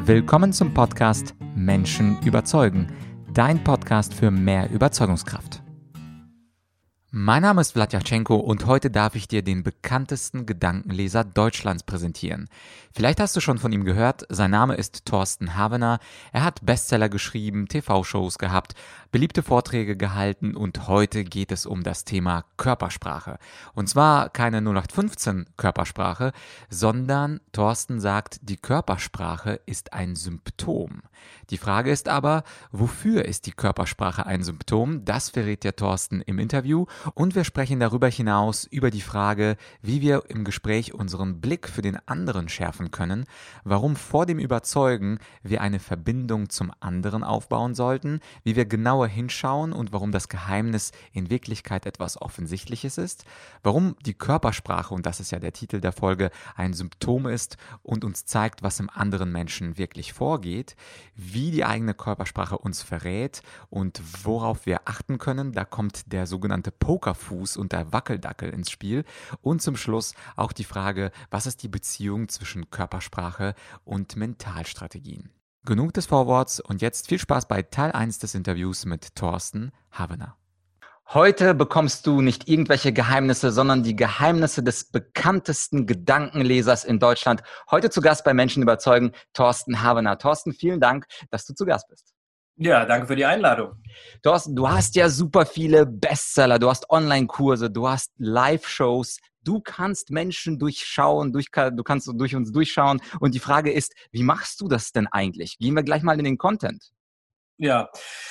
Willkommen zum Podcast Menschen überzeugen, dein Podcast für mehr Überzeugungskraft. Mein Name ist Vladyachenko und heute darf ich dir den bekanntesten Gedankenleser Deutschlands präsentieren. Vielleicht hast du schon von ihm gehört, sein Name ist Thorsten Havener, er hat Bestseller geschrieben, TV-Shows gehabt, beliebte Vorträge gehalten und heute geht es um das Thema Körpersprache. Und zwar keine 0815 Körpersprache, sondern Thorsten sagt, die Körpersprache ist ein Symptom. Die Frage ist aber, wofür ist die Körpersprache ein Symptom? Das verrät dir Thorsten im Interview. Und wir sprechen darüber hinaus über die Frage, wie wir im Gespräch unseren Blick für den anderen schärfen können, warum vor dem Überzeugen wir eine Verbindung zum anderen aufbauen sollten, wie wir genauer hinschauen und warum das Geheimnis in Wirklichkeit etwas Offensichtliches ist, warum die Körpersprache, und das ist ja der Titel der Folge, ein Symptom ist und uns zeigt, was im anderen Menschen wirklich vorgeht, wie die eigene Körpersprache uns verrät und worauf wir achten können. Da kommt der sogenannte Pokerfuß und der Wackeldackel ins Spiel. Und zum Schluss auch die Frage, was ist die Beziehung zwischen Körpersprache und Mentalstrategien? Genug des Vorworts und jetzt viel Spaß bei Teil 1 des Interviews mit Thorsten Havener. Heute bekommst du nicht irgendwelche Geheimnisse, sondern die Geheimnisse des bekanntesten Gedankenlesers in Deutschland. Heute zu Gast bei Menschen überzeugen, Thorsten Havener. Thorsten, vielen Dank, dass du zu Gast bist. Ja, danke für die Einladung. Thorsten, du hast ja super viele Bestseller, du hast Online-Kurse, du hast Live-Shows, du kannst Menschen durchschauen, du kannst durch uns durchschauen. Und die Frage ist, wie machst du das denn eigentlich? Gehen wir gleich mal in den Content. Ja,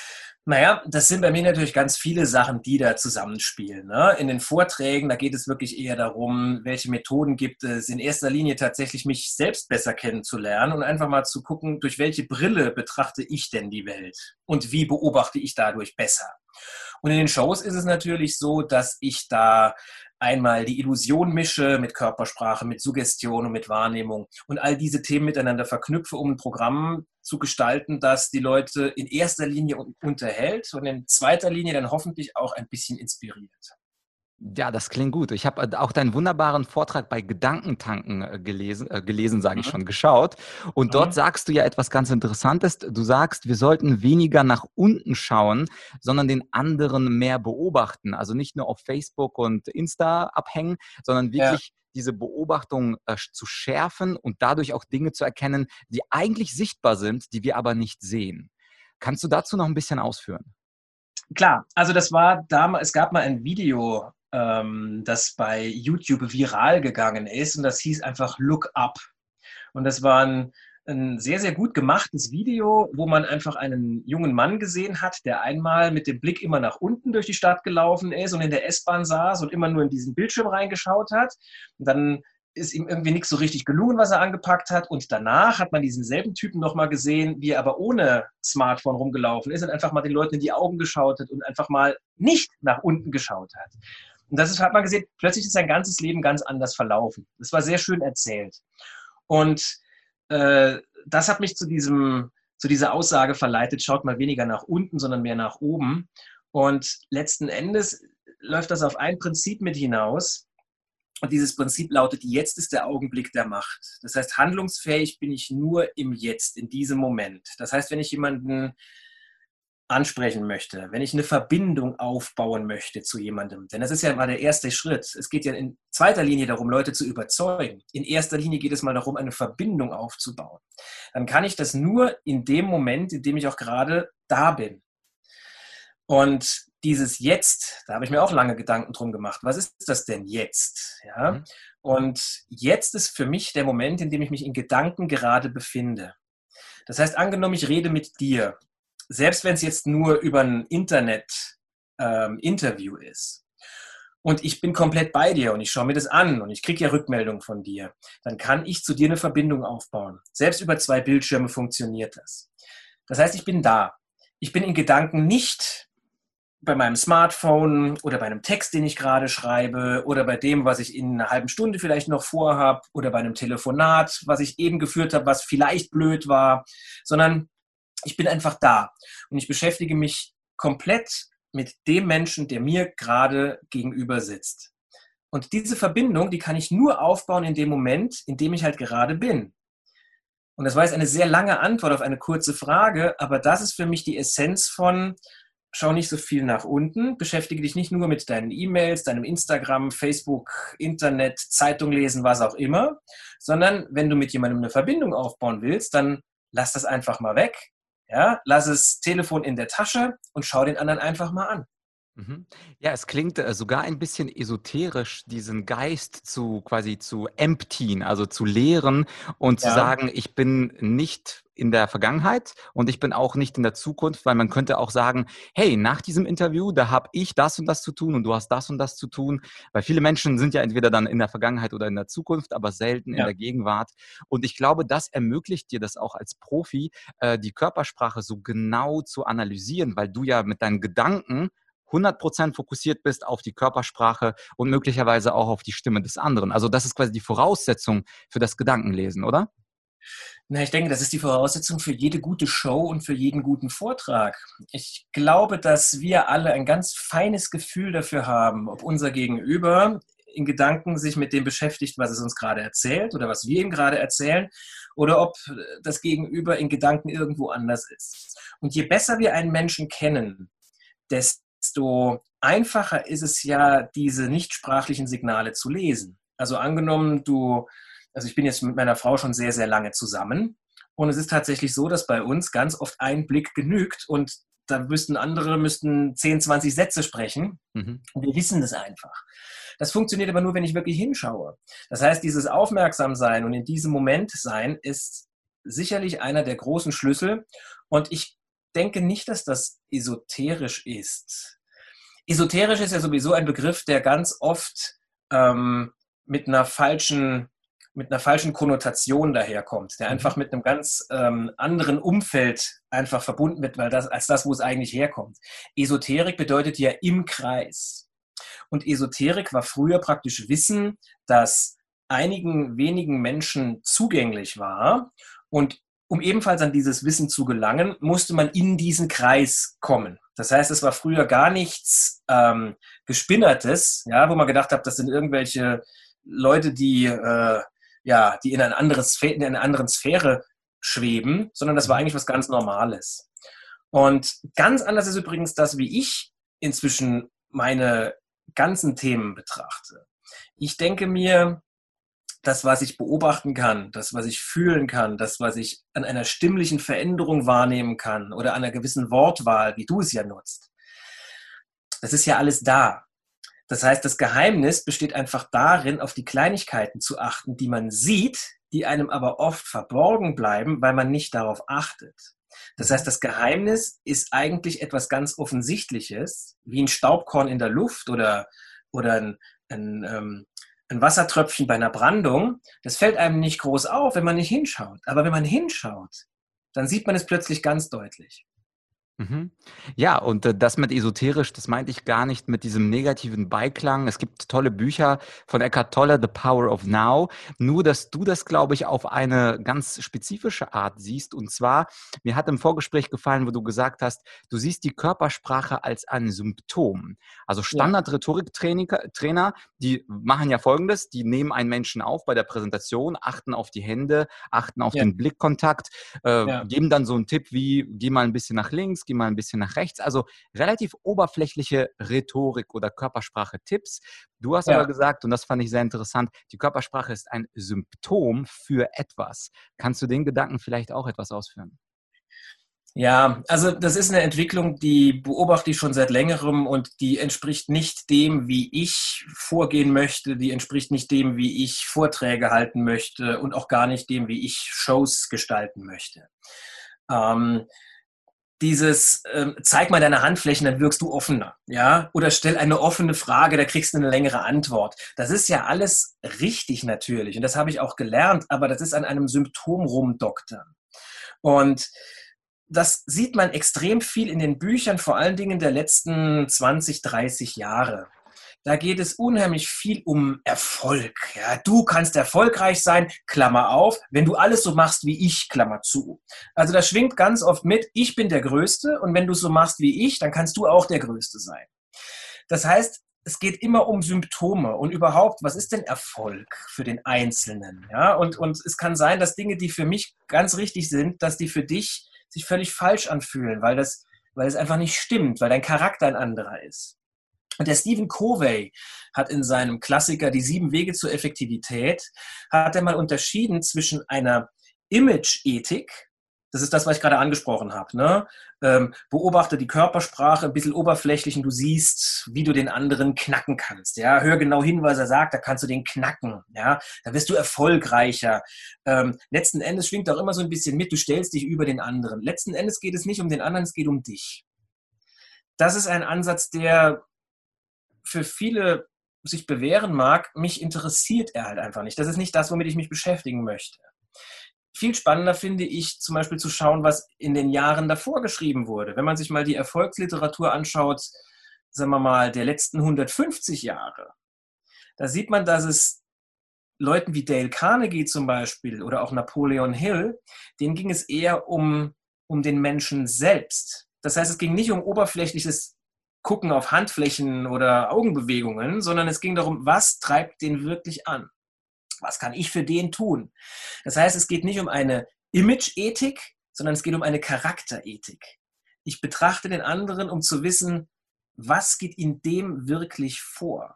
naja, das sind bei mir natürlich ganz viele Sachen, die da zusammenspielen. Ne? In den Vorträgen, da geht es wirklich eher darum, welche Methoden gibt es, in erster Linie tatsächlich mich selbst besser kennenzulernen und einfach mal zu gucken, durch welche Brille betrachte ich denn die Welt und wie beobachte ich dadurch besser. Und in den Shows ist es natürlich so, dass ich da einmal die Illusion mische mit Körpersprache, mit Suggestion und mit Wahrnehmung und all diese Themen miteinander verknüpfe, um ein Programm zu gestalten, das die Leute in erster Linie unterhält und in zweiter Linie dann hoffentlich auch ein bisschen inspiriert. Ja, das klingt gut. Ich habe auch deinen wunderbaren Vortrag bei Gedankentanken gelesen, sage ich schon, geschaut. Und dort sagst du ja etwas ganz Interessantes. Du sagst, wir sollten weniger nach unten schauen, sondern den anderen mehr beobachten. Also nicht nur auf Facebook und Insta abhängen, sondern wirklich diese Beobachtung zu schärfen und dadurch auch Dinge zu erkennen, die eigentlich sichtbar sind, die wir aber nicht sehen. Kannst du dazu noch ein bisschen ausführen? Klar, also das war damals, es gab mal ein Video, das bei YouTube viral gegangen ist und das hieß einfach Look Up. Und das war ein sehr, sehr gut gemachtes Video, wo man einfach einen jungen Mann gesehen hat, der einmal mit dem Blick immer nach unten durch die Stadt gelaufen ist und in der S-Bahn saß und immer nur in diesen Bildschirm reingeschaut hat. Und dann ist ihm irgendwie nichts so richtig gelungen, was er angepackt hat. Und danach hat man diesen selben Typen nochmal gesehen, wie er aber ohne Smartphone rumgelaufen ist und einfach mal den Leuten in die Augen geschaut hat und einfach mal nicht nach unten geschaut hat. Und hat man gesehen, plötzlich ist sein ganzes Leben ganz anders verlaufen. Das war sehr schön erzählt. Und das hat mich zu dieser Aussage verleitet, schaut mal weniger nach unten, sondern mehr nach oben. Und letzten Endes läuft das auf ein Prinzip mit hinaus. Und dieses Prinzip lautet, jetzt ist der Augenblick der Macht. Das heißt, handlungsfähig bin ich nur im Jetzt, in diesem Moment. Das heißt, wenn ich jemanden ansprechen möchte, wenn ich eine Verbindung aufbauen möchte zu jemandem, denn das ist ja mal der erste Schritt. Es geht ja in zweiter Linie darum, Leute zu überzeugen. In erster Linie geht es mal darum, eine Verbindung aufzubauen. Dann kann ich das nur in dem Moment, in dem ich auch gerade da bin. Und dieses Jetzt, da habe ich mir auch lange Gedanken drum gemacht. Was ist das denn jetzt? Ja? Und jetzt ist für mich der Moment, in dem ich mich in Gedanken gerade befinde. Das heißt, angenommen, ich rede mit dir, selbst wenn es jetzt nur über ein Internet-Interview ist und ich bin komplett bei dir und ich schaue mir das an und ich kriege ja Rückmeldung von dir, dann kann ich zu dir eine Verbindung aufbauen. Selbst über 2 Bildschirme funktioniert das. Das heißt, ich bin da. Ich bin in Gedanken nicht bei meinem Smartphone oder bei einem Text, den ich gerade schreibe oder bei dem, was ich in einer halben Stunde vielleicht noch vorhabe oder bei einem Telefonat, was ich eben geführt habe, was vielleicht blöd war, sondern ich bin einfach da und ich beschäftige mich komplett mit dem Menschen, der mir gerade gegenüber sitzt. Und diese Verbindung, die kann ich nur aufbauen in dem Moment, in dem ich halt gerade bin. Und das war jetzt eine sehr lange Antwort auf eine kurze Frage, aber das ist für mich die Essenz von: Schau nicht so viel nach unten, beschäftige dich nicht nur mit deinen E-Mails, deinem Instagram, Facebook, Internet, Zeitung lesen, was auch immer, sondern wenn du mit jemandem eine Verbindung aufbauen willst, dann lass das einfach mal weg. Ja? Lass das Telefon in der Tasche und schau den anderen einfach mal an. Mhm. Ja, es klingt sogar ein bisschen esoterisch, diesen Geist quasi zu emptyen, also zu leeren und zu Ja, sagen, ich bin nicht in der Vergangenheit und ich bin auch nicht in der Zukunft, weil man könnte auch sagen, hey, nach diesem Interview, da habe ich das und das zu tun und du hast das und das zu tun, weil viele Menschen sind ja entweder dann in der Vergangenheit oder in der Zukunft, aber selten in ja. der Gegenwart. Und ich glaube, das ermöglicht dir das auch als Profi, die Körpersprache so genau zu analysieren, weil du ja mit deinen Gedanken 100% fokussiert bist auf die Körpersprache und möglicherweise auch auf die Stimme des anderen. Also das ist quasi die Voraussetzung für das Gedankenlesen, oder? Na, ich denke, das ist die Voraussetzung für jede gute Show und für jeden guten Vortrag. Ich glaube, dass wir alle ein ganz feines Gefühl dafür haben, ob unser Gegenüber in Gedanken sich mit dem beschäftigt, was es uns gerade erzählt oder was wir ihm gerade erzählen, oder ob das Gegenüber in Gedanken irgendwo anders ist. Und je besser wir einen Menschen kennen, desto einfacher ist es ja, diese nichtsprachlichen Signale zu lesen. Also angenommen, also ich bin jetzt mit meiner Frau schon sehr, sehr lange zusammen und es ist tatsächlich so, dass bei uns ganz oft ein Blick genügt und da müssten 10, 20 Sätze sprechen Mhm. und wir wissen das einfach. Das funktioniert aber nur, wenn ich wirklich hinschaue. Das heißt, dieses Aufmerksamsein und in diesem Moment sein ist sicherlich einer der großen Schlüssel und ich denke nicht, dass das esoterisch ist. Esoterisch ist ja sowieso ein Begriff, der ganz oft ähm, mit einer falschen Konnotation daherkommt, der Mhm. einfach mit einem ganz anderen Umfeld einfach verbunden wird, als das, wo es eigentlich herkommt. Esoterik bedeutet ja im Kreis. Und Esoterik war früher praktisch Wissen, das einigen wenigen Menschen zugänglich war. Und um ebenfalls an dieses Wissen zu gelangen, musste man in diesen Kreis kommen. Das heißt, es war früher gar nichts Gespinnertes, ja, wo man gedacht hat, das sind irgendwelche Leute, die in einer anderen Sphäre schweben, sondern das war Mhm. eigentlich was ganz Normales. Und ganz anders ist übrigens das, wie ich inzwischen meine ganzen Themen betrachte. Ich denke mir, das, was ich beobachten kann, das, was ich fühlen kann, das, was ich an einer stimmlichen Veränderung wahrnehmen kann oder an einer gewissen Wortwahl, wie du es ja nutzt, das ist ja alles da. Das heißt, das Geheimnis besteht einfach darin, auf die Kleinigkeiten zu achten, die man sieht, die einem aber oft verborgen bleiben, weil man nicht darauf achtet. Das heißt, Mhm. das Geheimnis ist eigentlich etwas ganz Offensichtliches, wie ein Staubkorn in der Luft oder ein Wassertröpfchen bei einer Brandung. Das fällt einem nicht groß auf, wenn man nicht hinschaut. Aber wenn man hinschaut, dann sieht man es plötzlich ganz deutlich. Mhm. Ja, und das mit esoterisch, das meinte ich gar nicht mit diesem negativen Beiklang. Es gibt tolle Bücher von Eckhart Tolle, The Power of Now. Nur, dass du das, glaube ich, auf eine ganz spezifische Art siehst. Und zwar, mir hat im Vorgespräch gefallen, wo du gesagt hast, du siehst die Körpersprache als ein Symptom. Also Ja, Standard-Rhetorik-Trainer, die machen ja Folgendes, die nehmen einen Menschen auf bei der Präsentation, achten auf die Hände, achten auf ja, den Blickkontakt, ja, geben dann so einen Tipp wie, geh mal ein bisschen nach links, geh mal ein bisschen nach rechts. Also relativ oberflächliche Rhetorik oder Körpersprache-Tipps. Du hast aber ja. gesagt, und das fand ich sehr interessant, die Körpersprache ist ein Symptom für etwas. Kannst du den Gedanken vielleicht auch etwas ausführen? Ja, also das ist eine Entwicklung, die beobachte ich schon seit längerem und die entspricht nicht dem, wie ich vorgehen möchte, die entspricht nicht dem, wie ich Vorträge halten möchte und auch gar nicht dem, wie ich Shows gestalten möchte. Ähm, zeig mal deine Handflächen, dann wirkst du offener, ja? Oder stell eine offene Frage, da kriegst du eine längere Antwort. Das ist ja alles richtig natürlich und das habe ich auch gelernt, aber das ist an einem Symptom rumdoktern. Und das sieht man extrem viel in den Büchern, vor allen Dingen der letzten 20, 30 Jahre. Da geht es unheimlich viel um Erfolg. Ja, du kannst erfolgreich sein, Klammer auf, wenn du alles so machst wie ich, Klammer zu. Also das schwingt ganz oft mit, ich bin der Größte und wenn du so machst wie ich, dann kannst du auch der Größte sein. Das heißt, es geht immer um Symptome und überhaupt, was ist denn Erfolg für den Einzelnen? Ja, und es kann sein, dass Dinge, die für mich ganz richtig sind, dass die für dich sich völlig falsch anfühlen, weil es einfach nicht stimmt, weil dein Charakter ein anderer ist. Und der Stephen Covey hat in seinem Klassiker Die 7 Wege zur Effektivität, hat er mal unterschieden zwischen einer Image-Ethik, das ist das, was ich gerade angesprochen habe, ne? Beobachte die Körpersprache ein bisschen oberflächlich und du siehst, wie du den anderen knacken kannst. Ja? Hör genau hin, was er sagt, da kannst du den knacken. Ja? Da wirst du erfolgreicher. Letzten Endes schwingt auch immer so ein bisschen mit, du stellst dich über den anderen. Letzten Endes geht es nicht um den anderen, es geht um dich. Das ist ein Ansatz, der für viele sich bewähren mag. Mich interessiert er halt einfach nicht. Das ist nicht das, womit ich mich beschäftigen möchte. Viel spannender finde ich zum Beispiel zu schauen, was in den Jahren davor geschrieben wurde. Wenn man sich mal die Erfolgsliteratur anschaut, sagen wir mal, der letzten 150 Jahre, da sieht man, dass es Leuten wie Dale Carnegie zum Beispiel oder auch Napoleon Hill, denen ging es eher um den Menschen selbst. Das heißt, es ging nicht um oberflächliches Gucken auf Handflächen oder Augenbewegungen, sondern es ging darum, was treibt den wirklich an? Was kann ich für den tun? Das heißt, es geht nicht um eine Image-Ethik, sondern es geht um eine Charakterethik. Ich betrachte den anderen, um zu wissen, was geht in dem wirklich vor?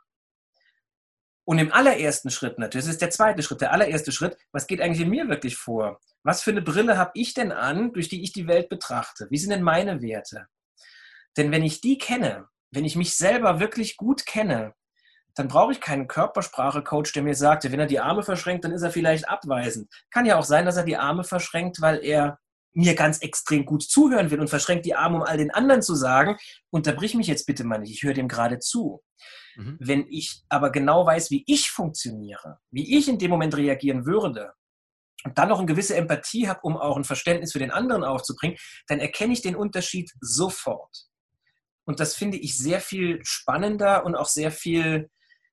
Und im allerersten Schritt natürlich, das ist der zweite Schritt, der allererste Schritt, was geht eigentlich in mir wirklich vor? Was für eine Brille habe ich denn an, durch die ich die Welt betrachte? Wie sind denn meine Werte? Denn wenn ich die kenne, wenn ich mich selber wirklich gut kenne, dann brauche ich keinen Körpersprache-Coach, der mir sagt, wenn er die Arme verschränkt, dann ist er vielleicht abweisend. Kann ja auch sein, dass er die Arme verschränkt, weil er mir ganz extrem gut zuhören will und verschränkt die Arme, um all den anderen zu sagen, unterbrich mich jetzt bitte mal nicht, ich höre dem gerade zu. Mhm. Wenn ich aber genau weiß, wie ich funktioniere, wie ich in dem Moment reagieren würde und dann noch eine gewisse Empathie habe, um auch ein Verständnis für den anderen aufzubringen, dann erkenne ich den Unterschied sofort. Und das finde ich sehr viel spannender und auch sehr viel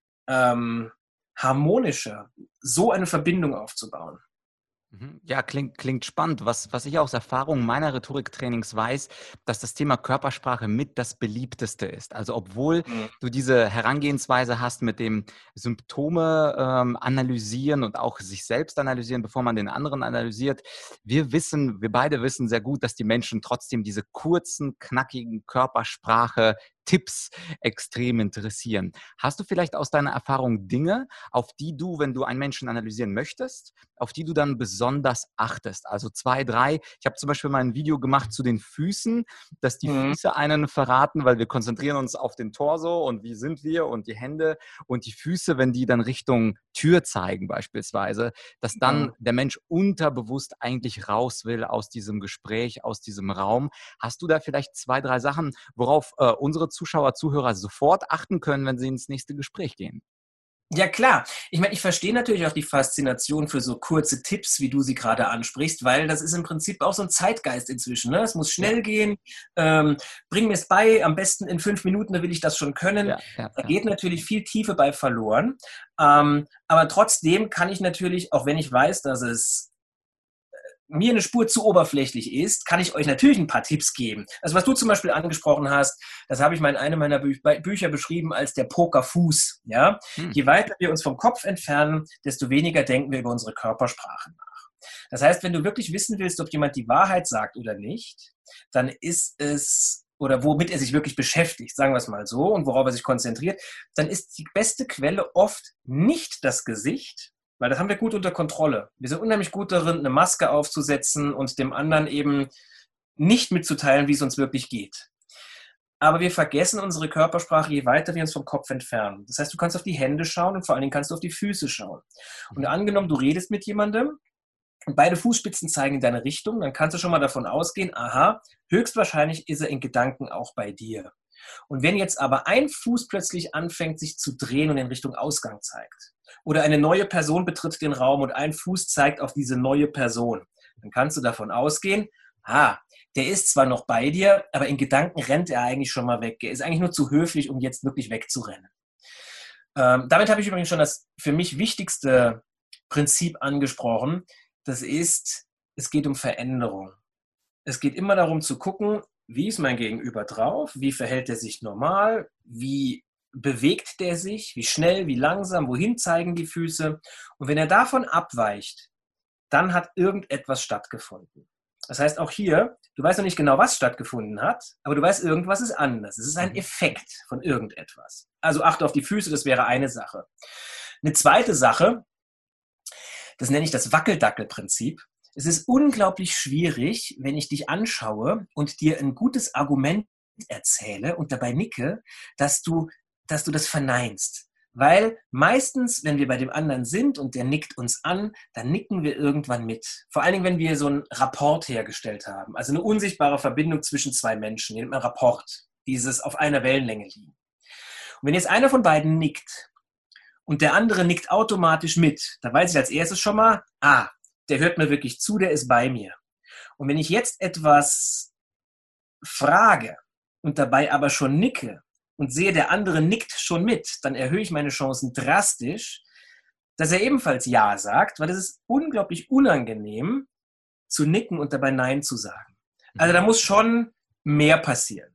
harmonischer, so eine Verbindung aufzubauen. Ja, klingt spannend. Was ich aus Erfahrung meiner Rhetoriktrainings weiß, dass das Thema Körpersprache mit das beliebteste ist. Also obwohl Mhm. du diese Herangehensweise hast mit dem Symptome analysieren und auch sich selbst analysieren, bevor man den anderen analysiert. Wir beide wissen sehr gut, dass die Menschen trotzdem diese kurzen, knackigen Körpersprache-Tipps extrem interessieren. Hast du vielleicht aus deiner Erfahrung Dinge, auf die du, wenn du einen Menschen analysieren möchtest, auf die du dann besonders achtest? Also 2, 3. Ich habe zum Beispiel mal ein Video gemacht zu den Füßen, dass die Mhm. Füße einen verraten, weil wir konzentrieren uns auf den Torso und wie sind wir und die Hände und die Füße, wenn die dann Richtung Tür zeigen beispielsweise, dass dann Mhm. der Mensch unterbewusst eigentlich raus will aus diesem Gespräch, aus diesem Raum. Hast du da vielleicht 2, 3 Sachen, worauf unsere Zuschauer, Zuhörer sofort achten können, wenn sie ins nächste Gespräch gehen? Ja, klar. Ich meine, ich verstehe natürlich auch die Faszination für so kurze Tipps, wie du sie gerade ansprichst, weil das ist im Prinzip auch so ein Zeitgeist inzwischen. Ne? Es muss Ja, schnell gehen. Bring mir es bei, am besten in 5 Minuten, da will ich das schon können. ja, ja, Da ja. geht natürlich viel Tiefe bei verloren. Aber trotzdem kann ich natürlich, auch wenn ich weiß, dass es mir eine Spur zu oberflächlich ist, kann ich euch natürlich ein paar Tipps geben. Also was du zum Beispiel angesprochen hast, das habe ich mal in einem meiner Bücher beschrieben als der Pokerfuß. Ja? Hm. Je weiter wir uns vom Kopf entfernen, desto weniger denken wir über unsere Körpersprache nach. Das heißt, wenn du wirklich wissen willst, ob jemand die Wahrheit sagt oder nicht, dann ist es, oder womit er sich wirklich beschäftigt, sagen wir es mal so, und worauf er sich konzentriert, dann ist die beste Quelle oft nicht das Gesicht, weil das haben wir gut unter Kontrolle. Wir sind unheimlich gut darin, eine Maske aufzusetzen und dem anderen eben nicht mitzuteilen, wie es uns wirklich geht. Aber wir vergessen unsere Körpersprache, je weiter wir uns vom Kopf entfernen. Das heißt, du kannst auf die Hände schauen und vor allen Dingen kannst du auf die Füße schauen. Und Mhm. angenommen, du redest mit jemandem und beide Fußspitzen zeigen in deine Richtung, dann kannst du schon mal davon ausgehen, aha, höchstwahrscheinlich ist er in Gedanken auch bei dir. Und wenn jetzt aber ein Fuß plötzlich anfängt, sich zu drehen und in Richtung Ausgang zeigt, oder eine neue Person betritt den Raum und ein Fuß zeigt auf diese neue Person, dann kannst du davon ausgehen, der ist zwar noch bei dir, aber in Gedanken rennt er eigentlich schon mal weg. Er ist eigentlich nur zu höflich, um jetzt wirklich wegzurennen. Damit habe ich übrigens schon das für mich wichtigste Prinzip angesprochen. Das ist, es geht um Veränderung. Es geht immer darum zu gucken, wie ist mein Gegenüber drauf, wie verhält er sich normal, wie bewegt der sich, wie schnell, wie langsam, wohin zeigen die Füße. Und wenn er davon abweicht, dann hat irgendetwas stattgefunden. Das heißt auch hier, du weißt noch nicht genau, was stattgefunden hat, aber du weißt, irgendwas ist anders. Es ist ein Effekt von irgendetwas. Also achte auf die Füße, das wäre eine Sache. Eine zweite Sache, das nenne ich das Wackeldackelprinzip. Es ist unglaublich schwierig, wenn ich dich anschaue und dir ein gutes Argument erzähle und dabei nicke, dass du das verneinst. Weil meistens, wenn wir bei dem anderen sind und der nickt uns an, dann nicken wir irgendwann mit. Vor allen Dingen, wenn wir so einen Rapport hergestellt haben. Also eine unsichtbare Verbindung zwischen zwei Menschen. Die nennt man Rapport. Dieses auf einer Wellenlänge liegen. Und wenn jetzt einer von beiden nickt und der andere nickt automatisch mit, da weiß ich als erstes schon mal, der hört mir wirklich zu, der ist bei mir. Und wenn ich jetzt etwas frage und dabei aber schon nicke, und sehe, der andere nickt schon mit, dann erhöhe ich meine Chancen drastisch, dass er ebenfalls Ja sagt, weil es ist unglaublich unangenehm, zu nicken und dabei Nein zu sagen. Also da muss schon mehr passieren.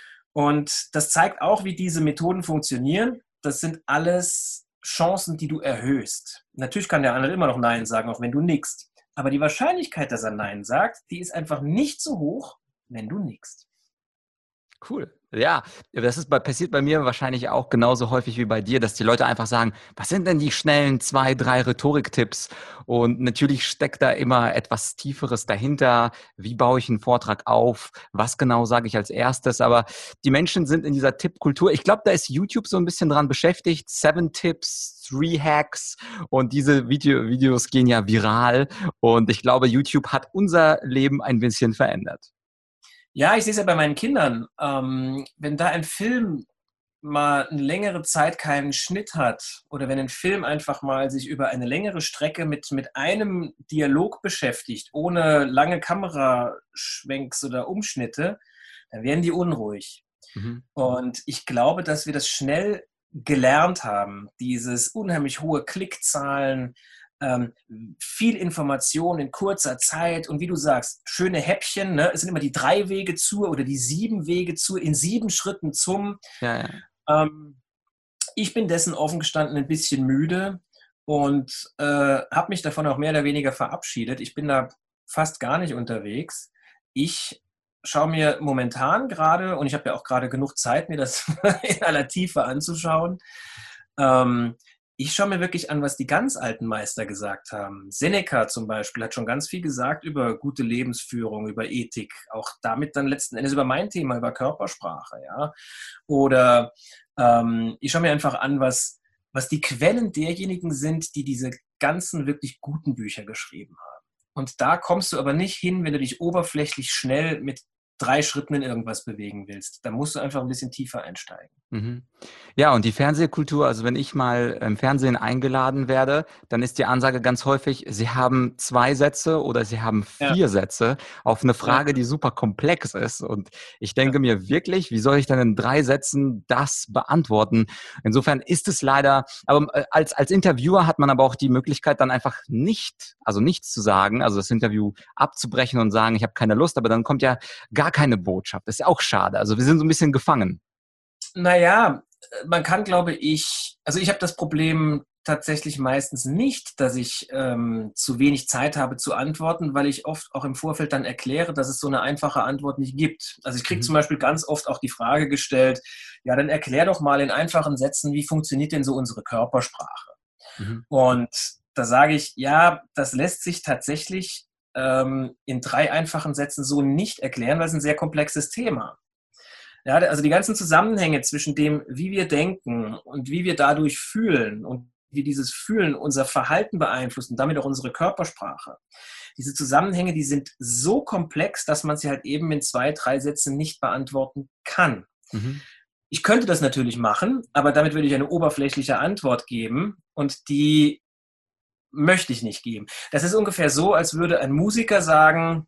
Und das zeigt auch, wie diese Methoden funktionieren. Das sind alles Chancen, die du erhöhst. Natürlich kann der andere immer noch Nein sagen, auch wenn du nickst. Aber die Wahrscheinlichkeit, dass er Nein sagt, die ist einfach nicht so hoch, wenn du nickst. Cool. Ja, passiert bei mir wahrscheinlich auch genauso häufig wie bei dir, dass die Leute einfach sagen, was sind denn die schnellen 2, 3 Rhetoriktipps? Und natürlich steckt da immer etwas Tieferes dahinter. Wie baue ich einen Vortrag auf? Was genau sage ich als erstes? Aber die Menschen sind in dieser Tippkultur. Ich glaube, da ist YouTube so ein bisschen dran beschäftigt. 7 Tips, 3 Hacks und diese Videos gehen ja viral. Und ich glaube, YouTube hat unser Leben ein bisschen verändert. Ja, ich sehe es ja bei meinen Kindern. Wenn da ein Film mal eine längere Zeit keinen Schnitt hat oder wenn ein Film einfach mal sich über eine längere Strecke mit einem Dialog beschäftigt, ohne lange Kameraschwenks oder Umschnitte, dann werden die unruhig. Mhm. Und ich glaube, dass wir das schnell gelernt haben, dieses unheimlich hohe Klickzahlen, viel Information in kurzer Zeit und wie du sagst, schöne Häppchen, ne? Es sind immer die 3 Wege zur oder die 7 Wege zur, in 7 Schritten zum. Ja. Ich bin dessen offen gestanden ein bisschen müde und habe mich davon auch mehr oder weniger verabschiedet. Ich bin da fast gar nicht unterwegs. Ich schaue mir momentan gerade, und ich habe ja auch gerade genug Zeit, mir das in aller Tiefe anzuschauen, ich schaue mir wirklich an, was die ganz alten Meister gesagt haben. Seneca zum Beispiel hat schon ganz viel gesagt über gute Lebensführung, über Ethik, auch damit dann letzten Endes über mein Thema, über Körpersprache. Ja? Oder ich schaue mir einfach an, was die Quellen derjenigen sind, die diese ganzen wirklich guten Bücher geschrieben haben. Und da kommst du aber nicht hin, wenn du dich oberflächlich schnell mit 3 Schritten in irgendwas bewegen willst. Da musst du einfach ein bisschen tiefer einsteigen. Mhm. Ja, und die Fernsehkultur, also wenn ich mal im Fernsehen eingeladen werde, dann ist die Ansage ganz häufig, Sie haben 2 Sätze oder Sie haben 4 Sätze auf eine Frage, die super komplex ist. Und ich denke mir wirklich, wie soll ich dann in 3 Sätzen das beantworten? Insofern ist es leider, aber als Interviewer hat man aber auch die Möglichkeit, dann einfach nichts zu sagen, also das Interview abzubrechen und sagen, ich habe keine Lust, aber dann kommt ja gar keine Botschaft. Das ist auch schade. Also wir sind so ein bisschen gefangen. Naja, man kann, glaube ich, also ich habe das Problem tatsächlich meistens nicht, dass ich zu wenig Zeit habe zu antworten, weil ich oft auch im Vorfeld dann erkläre, dass es so eine einfache Antwort nicht gibt. Also ich kriege zum Beispiel ganz oft auch die Frage gestellt, ja, dann erklär doch mal in einfachen Sätzen, wie funktioniert denn so unsere Körpersprache? Mhm. Und da sage ich, ja, das lässt sich tatsächlich in 3 einfachen Sätzen so nicht erklären, weil es ein sehr komplexes Thema. Ja, also die ganzen Zusammenhänge zwischen dem, wie wir denken und wie wir dadurch fühlen und wie dieses Fühlen unser Verhalten beeinflusst und damit auch unsere Körpersprache. Diese Zusammenhänge, die sind so komplex, dass man sie halt eben in 2, 3 Sätzen nicht beantworten kann. Mhm. Ich könnte das natürlich machen, aber damit würde ich eine oberflächliche Antwort geben und die möchte ich nicht geben. Das ist ungefähr so, als würde ein Musiker sagen,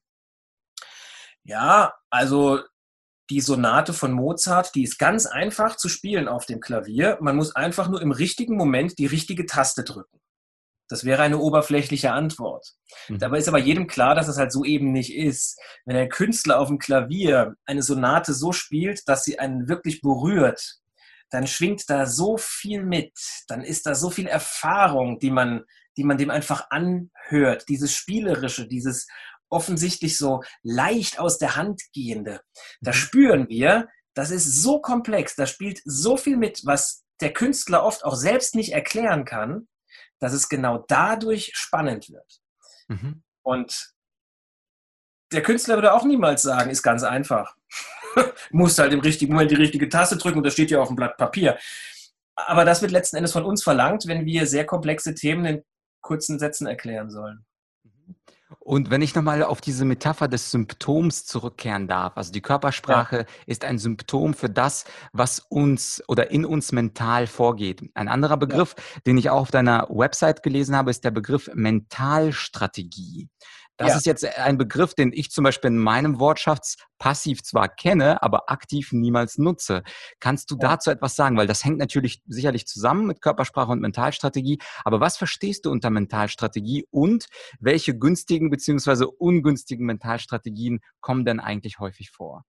ja, also die Sonate von Mozart, die ist ganz einfach zu spielen auf dem Klavier. Man muss einfach nur im richtigen Moment die richtige Taste drücken. Das wäre eine oberflächliche Antwort. Mhm. Dabei ist aber jedem klar, dass es halt so eben nicht ist. Wenn ein Künstler auf dem Klavier eine Sonate so spielt, dass sie einen wirklich berührt, dann schwingt da so viel mit, dann ist da so viel Erfahrung, die man dem einfach anhört, dieses Spielerische, dieses offensichtlich so leicht aus der Hand gehende. Da spüren wir, das ist so komplex, da spielt so viel mit, was der Künstler oft auch selbst nicht erklären kann, dass es genau dadurch spannend wird. Mhm. Und der Künstler würde auch niemals sagen, ist ganz einfach. Musst halt im richtigen Moment die richtige Taste drücken und das steht ja auf dem Blatt Papier. Aber das wird letzten Endes von uns verlangt, wenn wir sehr komplexe Themen in kurzen Sätzen erklären sollen. Und wenn ich nochmal auf diese Metapher des Symptoms zurückkehren darf, also die Körpersprache ist ein Symptom für das, was uns oder in uns mental vorgeht. Ein anderer Begriff, den ich auch auf deiner Website gelesen habe, ist der Begriff Mentalstrategie. Das ist jetzt ein Begriff, den ich zum Beispiel in meinem Wortschatz passiv zwar kenne, aber aktiv niemals nutze. Kannst du dazu etwas sagen? Weil das hängt natürlich sicherlich zusammen mit Körpersprache und Mentalstrategie. Aber was verstehst du unter Mentalstrategie und welche günstigen bzw. ungünstigen Mentalstrategien kommen denn eigentlich häufig vor?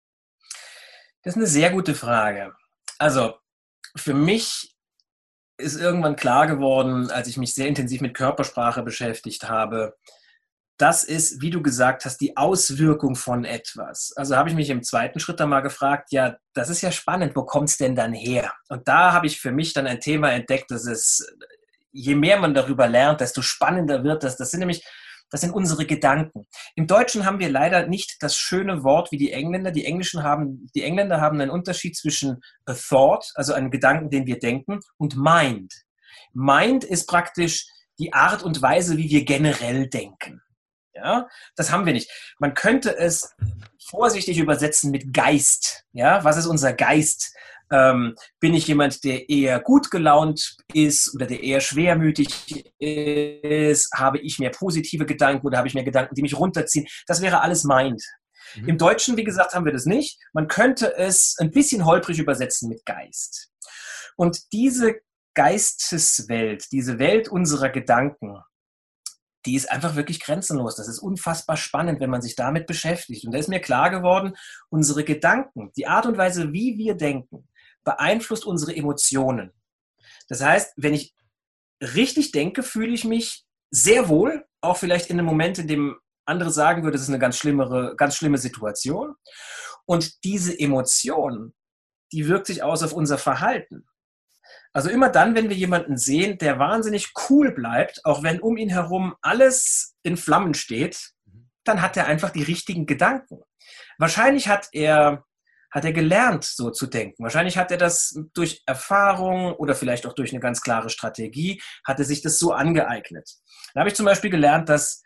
Das ist eine sehr gute Frage. Also für mich ist irgendwann klar geworden, als ich mich sehr intensiv mit Körpersprache beschäftigt habe, das ist, wie du gesagt hast, die Auswirkung von etwas. Also habe ich mich im zweiten Schritt dann mal gefragt, ja, das ist ja spannend, wo kommt es denn dann her? Und da habe ich für mich dann ein Thema entdeckt, das ist, je mehr man darüber lernt, desto spannender wird das. Das sind unsere Gedanken. Im Deutschen haben wir leider nicht das schöne Wort wie die Engländer. Die Engländer haben einen Unterschied zwischen a thought, also einen Gedanken, den wir denken, und mind. Mind ist praktisch die Art und Weise, wie wir generell denken. Ja, das haben wir nicht. Man könnte es vorsichtig übersetzen mit Geist. Ja, was ist unser Geist? Bin ich jemand, der eher gut gelaunt ist oder der eher schwermütig ist? Habe ich mehr positive Gedanken oder habe ich mehr Gedanken, die mich runterziehen? Das wäre alles Mind. Im Deutschen, wie gesagt, haben wir das nicht. Man könnte es ein bisschen holprig übersetzen mit Geist. Und diese Geisteswelt, diese Welt unserer Gedanken, die ist einfach wirklich grenzenlos. Das ist unfassbar spannend, wenn man sich damit beschäftigt. Und da ist mir klar geworden, unsere Gedanken, die Art und Weise, wie wir denken, beeinflusst unsere Emotionen. Das heißt, wenn ich richtig denke, fühle ich mich sehr wohl, auch vielleicht in einem Moment, in dem andere sagen würden, das ist eine ganz schlimme Situation. Und diese Emotion, die wirkt sich aus auf unser Verhalten. Also immer dann, wenn wir jemanden sehen, der wahnsinnig cool bleibt, auch wenn um ihn herum alles in Flammen steht, dann hat er einfach die richtigen Gedanken. Wahrscheinlich hat er gelernt, so zu denken. Wahrscheinlich hat er das durch Erfahrung oder vielleicht auch durch eine ganz klare Strategie, hat er sich das so angeeignet. Da habe ich zum Beispiel gelernt, dass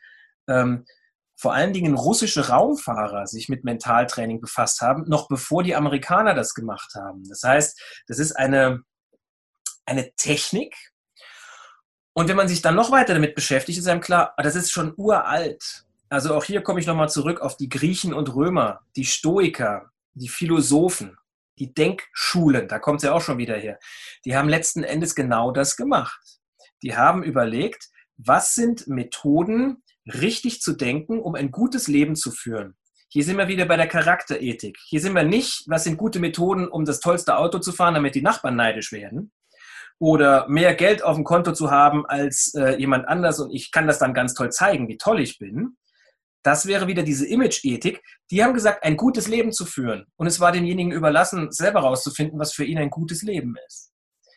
vor allen Dingen russische Raumfahrer sich mit Mentaltraining befasst haben, noch bevor die Amerikaner das gemacht haben. Das heißt, das ist eine Technik. Und wenn man sich dann noch weiter damit beschäftigt, ist einem klar, das ist schon uralt. Also auch hier komme ich nochmal zurück auf die Griechen und Römer, die Stoiker, die Philosophen, die Denkschulen, da kommt es ja auch schon wieder her. Die haben letzten Endes genau das gemacht. Die haben überlegt, was sind Methoden, richtig zu denken, um ein gutes Leben zu führen. Hier sind wir wieder bei der Charakterethik. Hier sind wir nicht, was sind gute Methoden, um das tollste Auto zu fahren, damit die Nachbarn neidisch werden. Oder mehr Geld auf dem Konto zu haben als jemand anders und ich kann das dann ganz toll zeigen, wie toll ich bin. Das wäre wieder diese Image-Ethik. Die haben gesagt, ein gutes Leben zu führen. Und es war demjenigen überlassen, selber rauszufinden, was für ihn ein gutes Leben ist.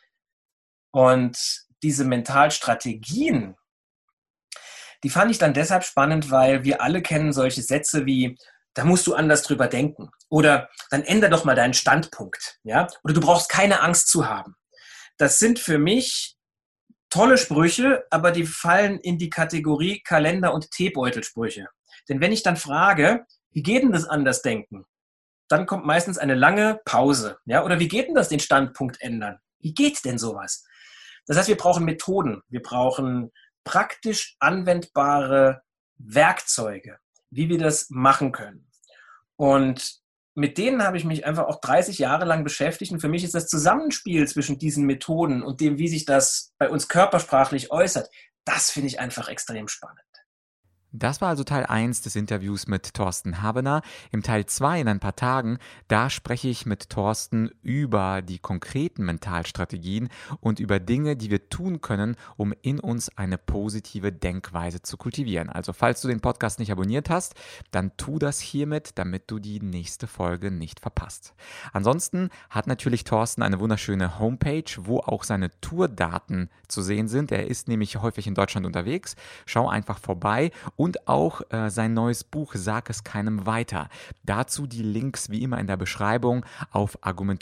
Und diese Mentalstrategien, die fand ich dann deshalb spannend, weil wir alle kennen solche Sätze wie, da musst du anders drüber denken. Oder dann änder doch mal deinen Standpunkt. Ja? Oder du brauchst keine Angst zu haben. Das sind für mich tolle Sprüche, aber die fallen in die Kategorie Kalender- und Teebeutelsprüche. Denn wenn ich dann frage, wie geht denn das anders denken? Dann kommt meistens eine lange Pause. Ja? Oder wie geht denn das den Standpunkt ändern? Wie geht denn sowas? Das heißt, wir brauchen Methoden. Wir brauchen praktisch anwendbare Werkzeuge, wie wir das machen können. Und mit denen habe ich mich einfach auch 30 Jahre lang beschäftigt und für mich ist das Zusammenspiel zwischen diesen Methoden und dem, wie sich das bei uns körpersprachlich äußert, das finde ich einfach extrem spannend. Das war also Teil 1 des Interviews mit Thorsten Habener. Im Teil 2 in ein paar Tagen, da spreche ich mit Thorsten über die konkreten Mentalstrategien und über Dinge, die wir tun können, um in uns eine positive Denkweise zu kultivieren. Also falls du den Podcast nicht abonniert hast, dann tu das hiermit, damit du die nächste Folge nicht verpasst. Ansonsten hat natürlich Thorsten eine wunderschöne Homepage, wo auch seine Tourdaten zu sehen sind. Er ist nämlich häufig in Deutschland unterwegs. Schau einfach vorbei. Und auch sein neues Buch Sag es keinem weiter. Dazu die Links wie immer in der Beschreibung auf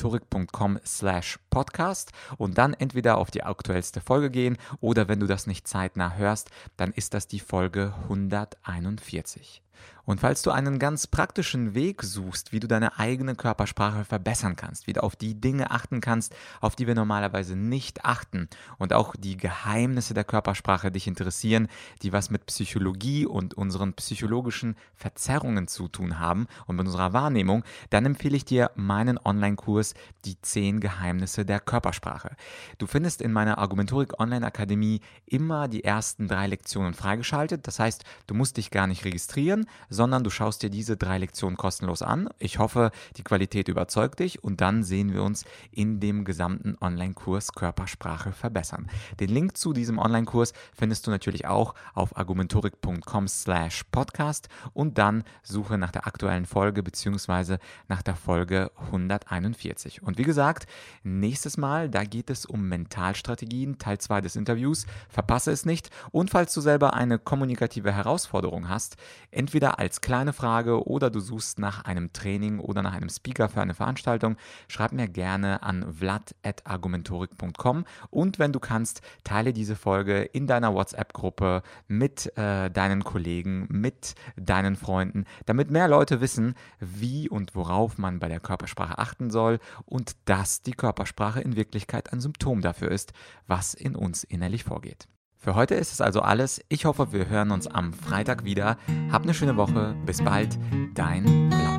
argumentorik.com/podcast und dann entweder auf die aktuellste Folge gehen oder wenn du das nicht zeitnah hörst, dann ist das die Folge 141. Und falls du einen ganz praktischen Weg suchst, wie du deine eigene Körpersprache verbessern kannst, wie du auf die Dinge achten kannst, auf die wir normalerweise nicht achten und auch die Geheimnisse der Körpersprache dich interessieren, die was mit Psychologie und unseren psychologischen Verzerrungen zu tun haben und mit unserer Wahrnehmung, dann empfehle ich dir meinen Online-Kurs Die 10 Geheimnisse der Körpersprache. Du findest in meiner Argumentorik Online Akademie immer die ersten 3 Lektionen freigeschaltet. Das heißt, du musst dich gar nicht registrieren, sondern du schaust dir diese 3 Lektionen kostenlos an. Ich hoffe, die Qualität überzeugt dich und dann sehen wir uns in dem gesamten Online-Kurs Körpersprache verbessern. Den Link zu diesem Online-Kurs findest du natürlich auch auf argumentorik.com/podcast und dann suche nach der aktuellen Folge bzw. nach der Folge 141. Und wie gesagt, nächstes Mal, da geht es um Mentalstrategien, Teil 2 des Interviews. Verpasse es nicht und falls du selber eine kommunikative Herausforderung hast, entweder als kleine Frage oder du suchst nach einem Training oder nach einem Speaker für eine Veranstaltung, schreib mir gerne an vlad@argumentorik.com und wenn du kannst, teile diese Folge in deiner WhatsApp-Gruppe mit deinen Kollegen, mit deinen Freunden, damit mehr Leute wissen, wie und worauf man bei der Körpersprache achten soll und dass die Körpersprache in Wirklichkeit ein Symptom dafür ist, was in uns innerlich vorgeht. Für heute ist es also alles. Ich hoffe, wir hören uns am Freitag wieder. Hab eine schöne Woche. Bis bald. Dein Vlad.